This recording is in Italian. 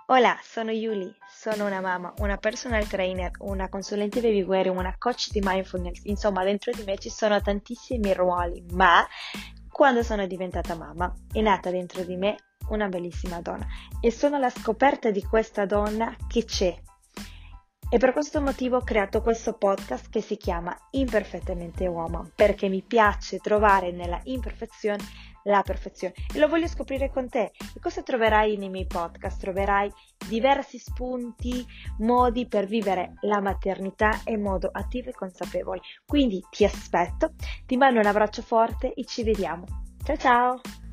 Hola, sono Yuli, sono una mamma, una personal trainer, una consulente baby wearing, una coach di mindfulness, insomma dentro di me ci sono tantissimi ruoli, ma quando sono diventata mamma è nata dentro di me una bellissima donna e sono alla scoperta di questa donna che c'è. E per questo motivo ho creato questo podcast che si chiama Imperfettamente Woman, perché mi piace trovare nella imperfezione la perfezione e lo voglio scoprire con te. E cosa troverai nei miei podcast? Troverai diversi spunti, modi per vivere la maternità in modo attivo e consapevole. Quindi ti aspetto, ti mando un abbraccio forte e ci vediamo. Ciao ciao!